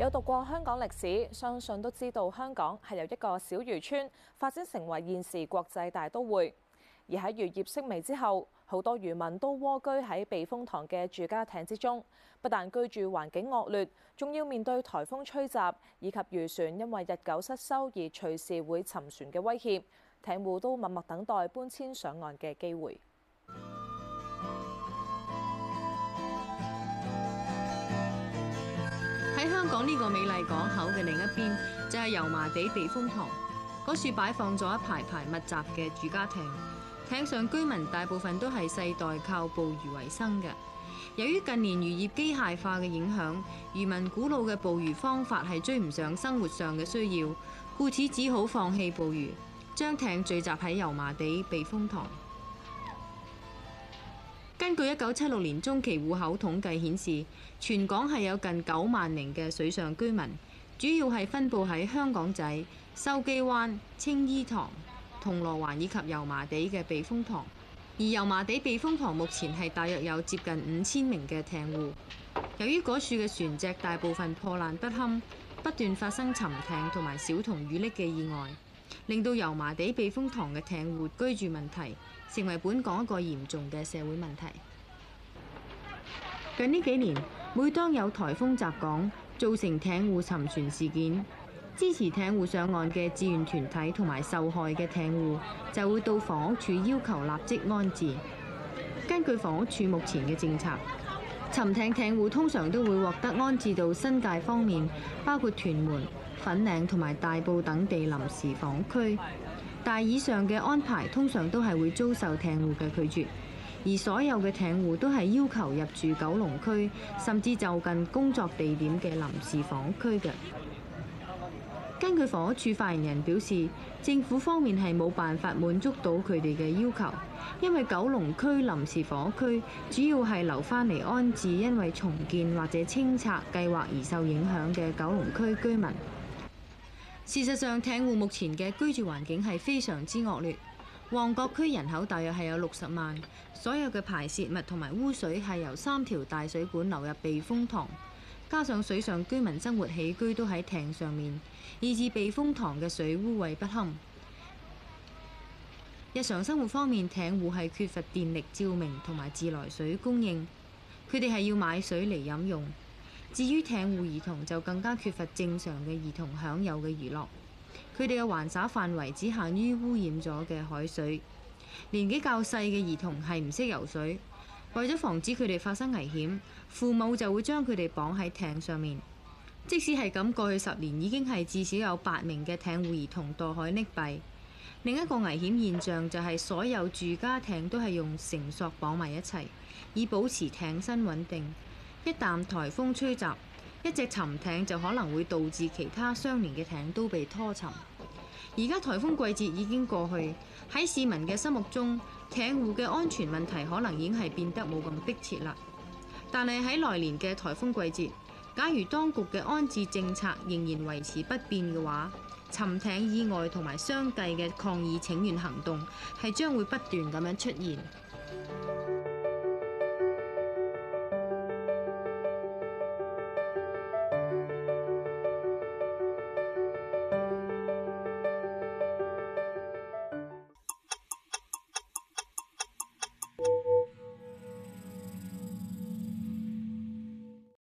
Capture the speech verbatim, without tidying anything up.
有讀過香港歷史，相信都知道香港係由一個小漁村發展成為現時國際大都會。而喺漁業式微之後，好多漁民都窩居喺避風塘嘅住家艇之中，不但居住環境惡劣，仲要面對颱風吹襲以及漁船因為日久失修而隨時會沉船嘅威脅，艇戶都默默等待搬遷上岸嘅機會。 喺香港呢個美麗港口嘅另一邊，就係油麻地避風塘，嗰處擺放咗一排排密集嘅住家艇。艇上居民大部分都係世代靠捕魚為生嘅。由於近年漁業機械化嘅影響，漁民古老嘅捕魚方法係追唔上生活上嘅需要，故此只好放棄捕魚，將艇聚集喺油麻地避風塘。根據一九七六年中期戶口統計顯示，全港係有近九萬名嘅水上居民，主要係分佈喺香港仔、筲箕灣、青衣塘、銅鑼灣以及油麻地嘅避風塘。而油麻地避風塘目前係大約有接近五千名嘅艇戶。由於嗰處嘅船隻大部分破爛不堪，不斷發生沉艇同埋小童遇溺嘅意外，令到油麻地避風塘嘅艇戶居住問題成為本港一個嚴重嘅社會問題。近呢幾年，每當有颱風襲港，造成艇戶沉船事件，支持艇戶上岸嘅志願團體同埋受害嘅艇戶就會到房屋署要求立即安置。根據房屋署目前嘅政策，沉艇艇戶通常都會獲得安置到新界方面，包括屯門、粉嶺同埋大埔等地臨時房屋區。但以上嘅安排通常都係會遭受艇戶嘅拒絕，而所有嘅艇戶都係要求入住九龍區，甚至就近工作地點嘅臨時房屋區嘅。根據房屋署發言人表示，政府方面係冇辦法滿足到佢哋嘅要求，因為九龍區臨時房屋區主要係留返嚟安置因為重建或者清拆計劃而受影響嘅九龍區居民。事實上，艇戶目前嘅居住環境係非常之惡劣。旺角區人口大約係有六十萬，所有嘅排泄物同埋污水係由三條大水管流入避風塘，加上水上居民生活起居都喺艇上面，以致避風塘嘅水污穢不堪。日常生活方面，艇戶係缺乏電力照明同埋自來水供應，佢哋係要買水嚟飲用。至於艇戶兒童就更加缺乏正常嘅兒童享有嘅娛樂，佢哋嘅玩耍範圍只限於污染咗嘅海水。年紀較細嘅兒童係唔識游水，為咗防止佢哋發生危險，父母就會將佢哋綁喺艇上面。即使係咁，過去十年已經係至少有八名嘅艇戶兒童墮海溺斃。另一個危險現象就係所有住家艇都係用繩索綁埋一齊，以保持艇身穩定。一旦颱風吹襲，一隻沉艇就可能會導致其他相連嘅艇都被拖沉。而家颱風季節已經過去，喺市民嘅心目中，艇戶嘅安全問題可能已經係變得冇咁迫切啦。但係喺來年嘅颱風季節，假如當局嘅安置政策仍然維持不變嘅話，沉艇意外同埋相繼嘅抗議請願行動係將會不斷咁樣出現。